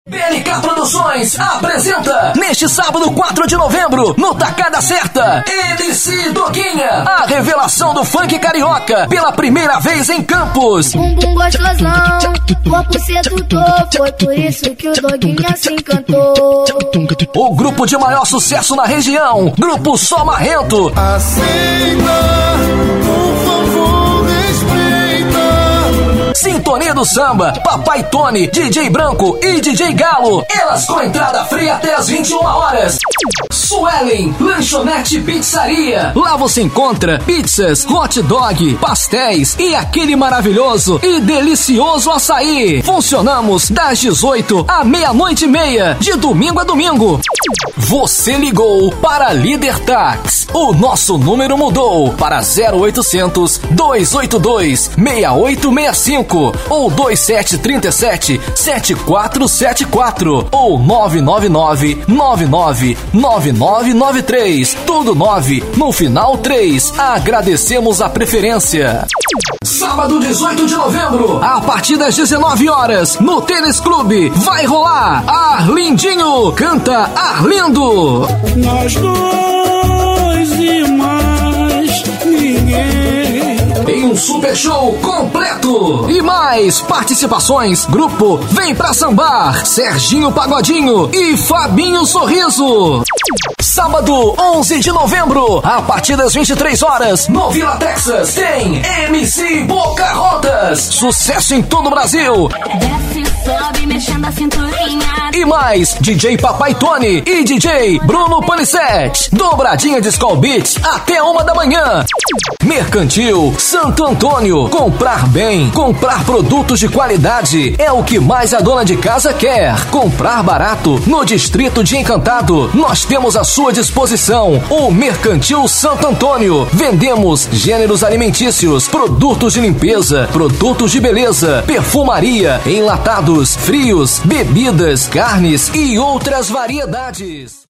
BLK Produções apresenta, neste sábado 4 de novembro, no Tacada Certa, MC Doguinha, a revelação do funk carioca, pela primeira vez em Campos. Bumbum gostosão, corpo sedutor, foi por isso que o Doguinha se encantou. O grupo de maior sucesso na região, Grupo Só Marrento. Aceita, por favor, respeita. Sintonia do Samba, Papai Tony, DJ Branco e DJ Galo. Elas com entrada fria até as 21 horas. Suelen, Lanchonete Pizzaria. Lá você encontra pizzas, hot dog, pastéis e aquele maravilhoso e delicioso açaí. Funcionamos das 18 à meia-noite e meia, de domingo a domingo. Você ligou para Líder Tax. O nosso número mudou para 0800 282 6865 ou 2737 7474 ou 999 999993. Tudo 9 no final 3. Agradecemos a preferência. Sábado 18 de novembro, a partir das 19 horas, no Tênis Clube, vai rolar Arlindinho canta Arlindo. Nós dois e mais ninguém. Em um super show completo. E mais participações, grupo Vem Pra Sambar, Serginho Pagodinho e Fabinho Sorriso. Sábado 11 de novembro, a partir das 23 horas, no Vila Texas, tem MC Pocahontas. Sucesso em todo o Brasil. Desce, sobe, mexendo a cinturinha. E mais, DJ Papai Tony e DJ Bruno Panicete. Dobradinha de Skull Beats até 1 da manhã. Mercantil Santo Antônio. Comprar bem, comprar produtos de qualidade é o que mais a dona de casa quer. Comprar barato no Distrito de Encantado. Nós temos à sua disposição o Mercantil Santo Antônio. Vendemos gêneros alimentícios, produtos de limpeza, produtos de beleza, perfumaria, enlatados, frios, bebidas, carnes e outras variedades.